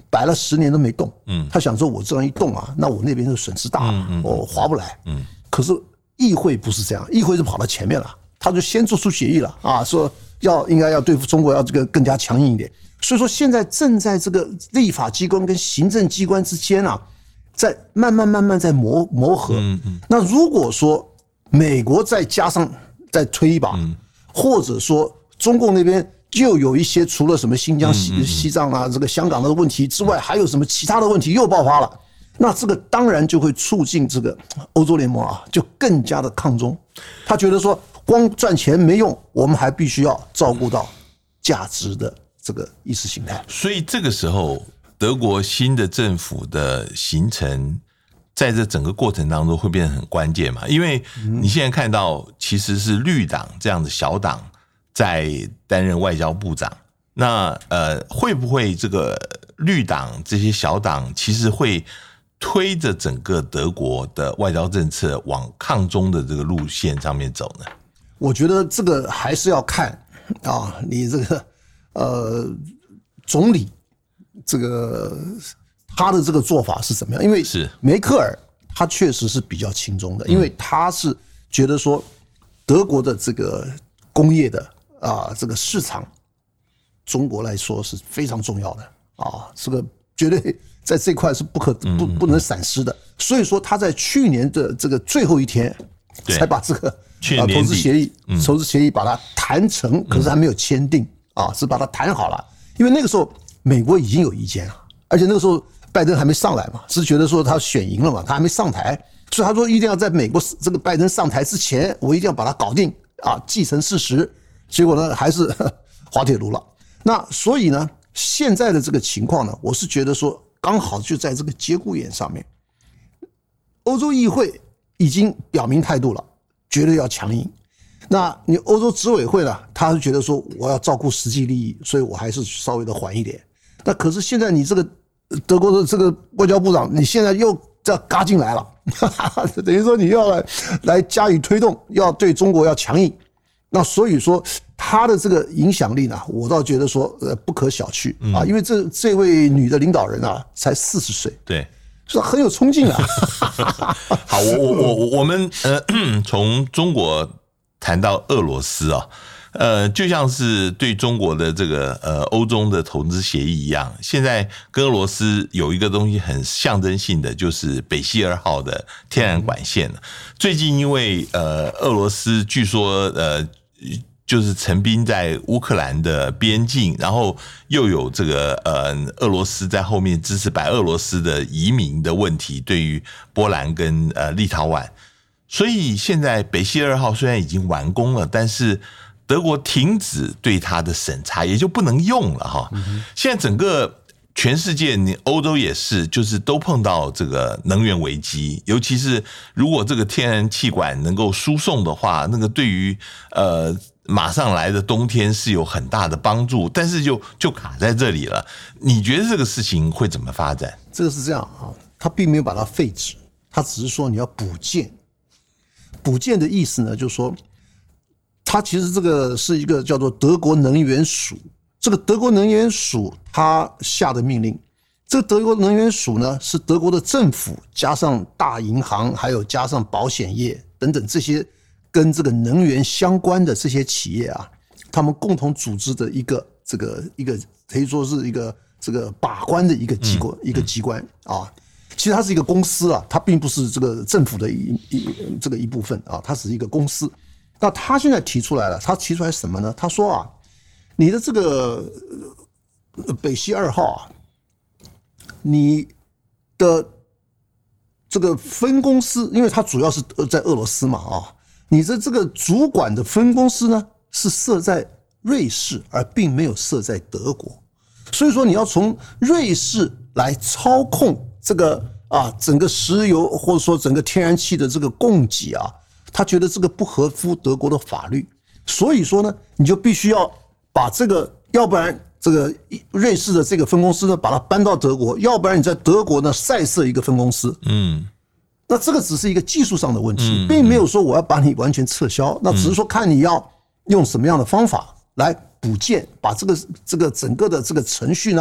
摆了十年都没动，嗯，他想说我这样一动啊，那我那边就损失大了，嗯嗯、我划不来，嗯。可是议会不是这样，议会是跑到前面了，他就先做出协议了啊，说要应该要对付中国要这个更加强硬一点。所以说现在正在这个立法机关跟行政机关之间啊，在慢慢慢慢在磨磨合。嗯嗯。那如果说美国再加上再推一把，嗯、或者说中共那边又有一些除了什么新疆、西西藏啊、这个香港的问题之外，还有什么其他的问题又爆发了，那这个当然就会促进这个欧洲联盟啊，就更加的抗中。他觉得说光赚钱没用，我们还必须要照顾到价值的这个意识形态。 所以这个时候，德国新的政府的形成，在这整个过程当中会变得很关键嘛？因为你现在看到其实是绿党这样的小党在担任外交部长，那呃会不会这个绿党这些小党其实会推着整个德国的外交政策往抗中的这个路线上面走呢？ 我觉得这个还是要看啊，你这个呃总理这个他的这个做法是怎么样？因为是梅克尔他确实是比较亲中的，因为他是觉得说德国的这个工业的啊这个市场，中国来说是非常重要的啊，这个绝对在这块是不可不不能闪失的。所以说他在去年的这个最后一天才把这个啊投资协议投资协议把它谈成，可是还没有签订啊，是把它谈好了。因为那个时候美国已经有意见了，而且那个时候拜登还没上来嘛，是觉得说他选赢了嘛，他还没上台，所以他说一定要在美国这个拜登上台之前，我一定要把它搞定啊，既成事实。结果呢，还是滑铁卢了。那所以呢，现在的这个情况呢，我是觉得说，刚好就在这个节骨眼上面，欧洲议会已经表明态度了，绝对要强硬。那你欧洲执委会呢，他是觉得说我要照顾实际利益，所以我还是稍微的缓一点。那可是现在你这个德国的这个外交部长，你现在又这嘎进来了，等于说你要来来加以推动，要对中国要强硬。那所以说他的这个影响力呢，我倒觉得说呃不可小觑啊，因为这这位女的领导人啊才四十岁， 对， 是很有冲劲啊。 好，我我我我们呃从中国谈到俄罗斯啊，呃，就像是对中国的这个呃欧中的投资协议一样，现在跟俄罗斯有一个东西很象征性的，就是北溪二号的天然管线了。最近因为呃俄罗斯据说呃。就是陈兵在乌克兰的边境，然后又有这个呃俄罗斯在后面支持白俄罗斯的移民的问题，对于波兰跟呃立陶宛，所以现在北溪二号虽然已经完工了，但是德国停止对它的审查，也就不能用了哈。现在整个全世界，你欧洲也是，就是都碰到这个能源危机，尤其是如果这个天然气管能够输送的话，那个对于呃马上来的冬天是有很大的帮助，但是就就卡在这里了。你觉得这个事情会怎么发展？ 这个是这样啊，他并没有把它废止，他只是说你要补建。补建的意思呢，就是说，它其实这个是一个叫做德国能源署。这个德国能源署他下的命令，这个德国能源署呢是德国的政府加上大银行，还有加上保险业等等这些跟这个能源相关的这些企业啊，他们共同组织的一个这个一个可以说是一个这个把关的一个机关、嗯、一个机关啊。其实它是一个公司啊，它并不是这个政府的一一这个一部分啊，它是一个公司。那他现在提出来了，他提出来什么呢？他说啊。你的这个北溪二号啊，你的这个分公司，因为它主要是在俄罗斯嘛啊，你的这个主管的分公司呢是设在瑞士，而并没有设在德国，所以说你要从瑞士来操控这个啊整个石油或者说整个天然气的这个供给啊，他觉得这个不合乎德国的法律，所以说呢，你就必须要。把这个，要不然这个瑞士的这个分公司呢，把它搬到德国，要不然你在德国呢再设一个分公司。嗯，那这个只是一个技术上的问题，并没有说我要把你完全撤销，那只是说看你要用什么样的方法来补建，把这个这个整个的这个程序呢，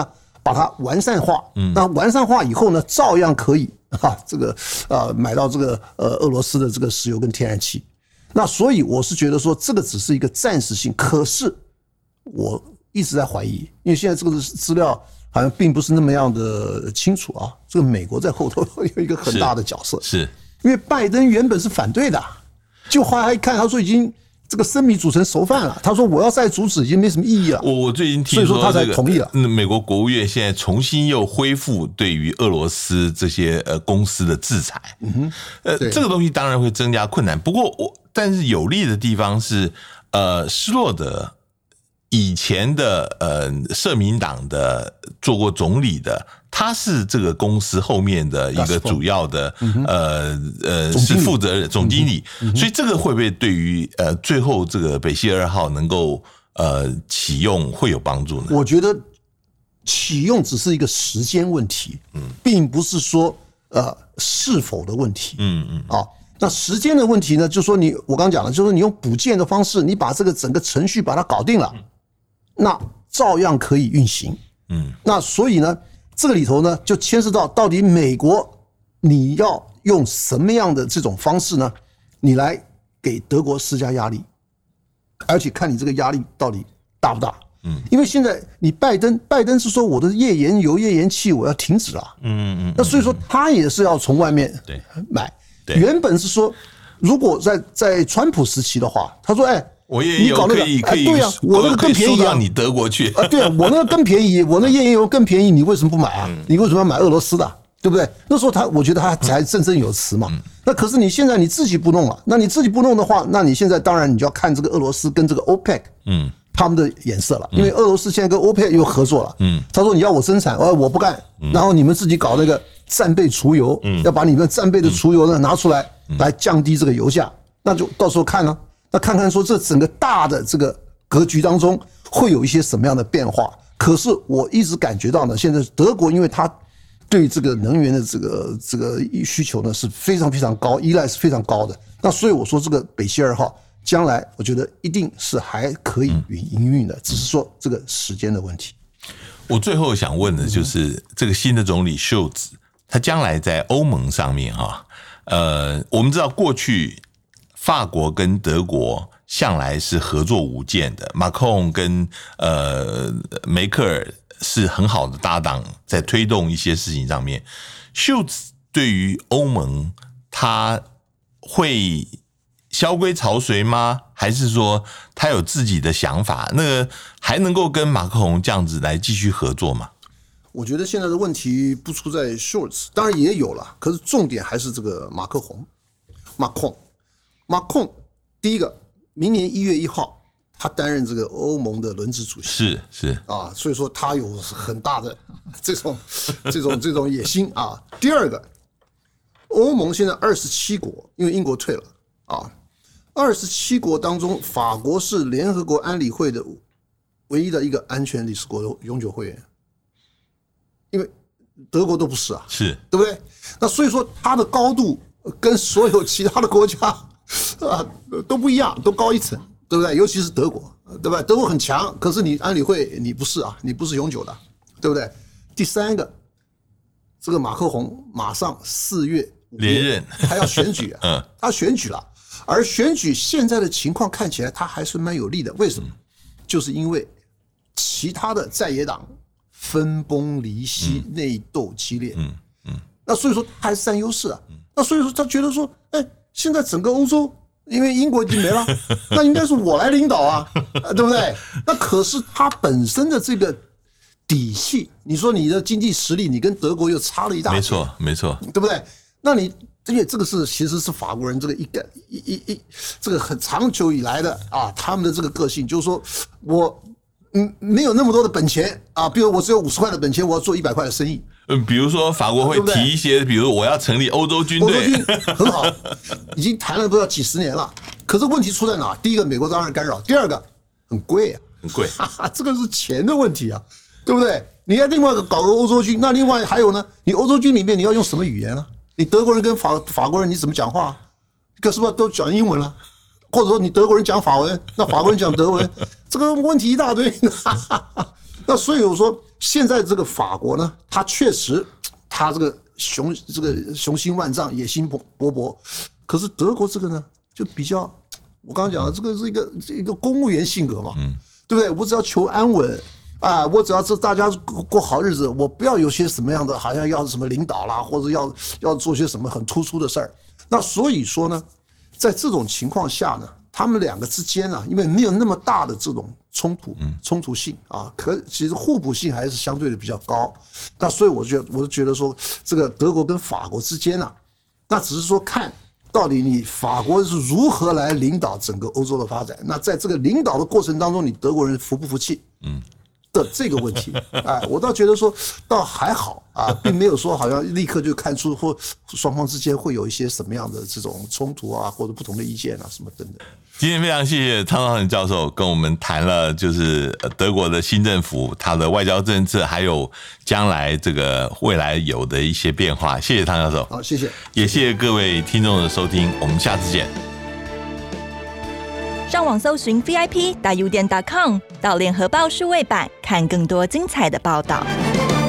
把它完善化。嗯，那完善化以后呢，照样可以啊，这个呃买到这个呃俄罗斯的这个石油跟天然气。那所以我是觉得说，这个只是一个暂时性。可是我一直在怀疑，因为现在这个资料好像并不是那么样的清楚啊。这个美国在后头有一个很大的角色， 是, 是因为拜登原本是反对的，就后来一看，他说已经。这个生米煮成熟饭了。他说我要再阻止已经没什么意义了。 我我最近听说、这个， 所以说他才同意了。 美国国务院现在重新又恢复对于俄罗斯这些呃公司的制裁。嗯哼，呃，这个东西当然会增加困难。不过我但是有利的地方是，呃，施洛德以前的呃社民党的做过总理的。他是这个公司后面的一个主要的呃呃是负责人总经理，所以这个会不会对于呃最后这个北溪二号能够呃启用会有帮助呢？ 我觉得启用只是一个时间问题，并不是说呃是否的问题。嗯嗯啊，那时间的问题呢，就是说你我刚讲了，就是你用补件的方式，你把这个整个程序把它搞定了，那照样可以运行。嗯，那所以呢？这个里头呢，就牵涉到到底美国你要用什么样的这种方式呢？你来给德国施加压力，而且看你这个压力到底大不大。嗯，因为现在你拜登，拜登是说我的页岩油、页岩气我要停止了。嗯嗯，那所以说他也是要从外面买。对，原本是说，如果在在川普时期的话，他说，哎。 我页岩油可以可以， 对啊，我那个更便宜啊， 你德国去啊，对啊，我那个更便宜，我那页岩油更便宜，你为什么不买啊？你为什么要买俄罗斯的，对不对？那时候他，我觉得他才振振有词嘛。那可是你现在你自己不弄了，那你自己不弄的话，那你现在当然你就要看这个俄罗斯跟这个 OPEC， 嗯，他们的眼色了，因为俄罗斯现在跟 OPEC 又合作了，嗯，他说你要我生产，我不干，然后你们自己搞那个战备储油，嗯，要把你们战备的储油呢拿出来，来降低这个油价，那就到时候看呢。那看看说这整个大的这个格局当中会有一些什么样的变化？可是我一直感觉到呢，现在德国因为它对这个能源的这个这个需求呢是非常非常高，依赖是非常高的。那所以我说这个北溪二号将来我觉得一定是还可以营运的，只是说这个时间的问题。 我最后想问的就是这个新的总理秀兹，他将来在欧盟上面哈，呃，我们知道过去。法国跟德国向来是合作无间的，马克龙跟呃梅克尔是很好的搭档，在推动一些事情上面。秀兹对于欧盟，他会萧规曹随吗？还是说他有自己的想法？那个还能够跟马克龙这样子来继续合作吗？ 我觉得现在的问题不出在 Scholz， 当然也有了，可是重点还是这个马克宏，马控。马控第一个，明年一月一号，他担任这个欧盟的轮值主席， 是是啊，所以说他有很大的这种这种这种野心啊。第二个，欧盟现在二十七国，因为英国退了啊，二十七国当中，法国是联合国安理会的唯一的一个安全理事国的永久会员，因为德国都不是啊， 是对不对？那所以说它的高度跟所有其他的国家。啊，都不一样，都高一层，对不对？尤其是德国，对吧？德国很强，可是你安理会你不是啊，你不是永久的，对不对？第三个，这个马克宏马上四月连任， 他要选举，嗯，他选举了，而选举现在的情况看起来他还是蛮有利的，为什么？就是因为其他的在野党分崩离析，嗯、内斗激烈，嗯嗯，那所以说他还是占优势啊，那所以说他觉得说，哎。现在整个欧洲，因为英国已经没了，那应该是我来领导啊，对不对？那可是他本身的这个底气，你说你的经济实力，你跟德国又差了一大截， 没错，没错， 对不对？那你因为这个是其实是法国人这个一个一一一这个很长久以来的啊，他们的这个个性，就是说我嗯没有那么多的本钱啊，比如我只有五十块的本钱，我要做一百块的生意。 嗯，比如说法国会提一些，比如我要成立欧洲军队， 欧洲军很好，已经谈了不知道几十年了。可是问题出在哪？第一个，美国当然干扰；第二个，很贵啊， 很贵， 哈哈，这个是钱的问题啊，对不对？你要另外搞个欧洲军，那另外还有呢？你欧洲军里面你要用什么语言啊？你德国人跟法法国人你怎么讲话？可是不是都讲英文了？或者说你德国人讲法文，那法国人讲德文，这个问题一大堆。 那所以我说，现在这个法国呢，它确实，它这个雄这个雄心万丈、野心勃勃，可是德国这个呢，就比较，我刚刚讲的这个是一个一个公务员性格嘛，嗯，对不对？我只要求安稳啊，我只要这大家过好日子，我不要有些什么样的，好像要什么领导啦，或者要要做些什么很突出的事儿。那所以说呢，在这种情况下呢，他们两个之间啊，因为没有那么大的这种冲突冲突性啊，可其实互补性还是相对的比较高。那所以我觉得，我就觉得说，这个德国跟法国之间啊，那只是说看到底你法国是如何来领导整个欧洲的发展。那在这个领导的过程当中，你德国人服不服气？嗯。的这个问题，哎，我倒觉得说倒还好啊，并没有说好像立刻就看出或双方之间会有一些什么样的这种冲突啊，或者不同的意见啊，什么等等。 今天非常谢谢汤绍成教授跟我们谈了，就是德国的新政府它的外交政策，还有将来这个未来有的一些变化。谢谢汤教授， 好，谢谢， 也谢谢各位听众的收听，我们下次见。 上网搜寻 V I P 大 U 点 com 到联合报数位版看更多精彩的报道。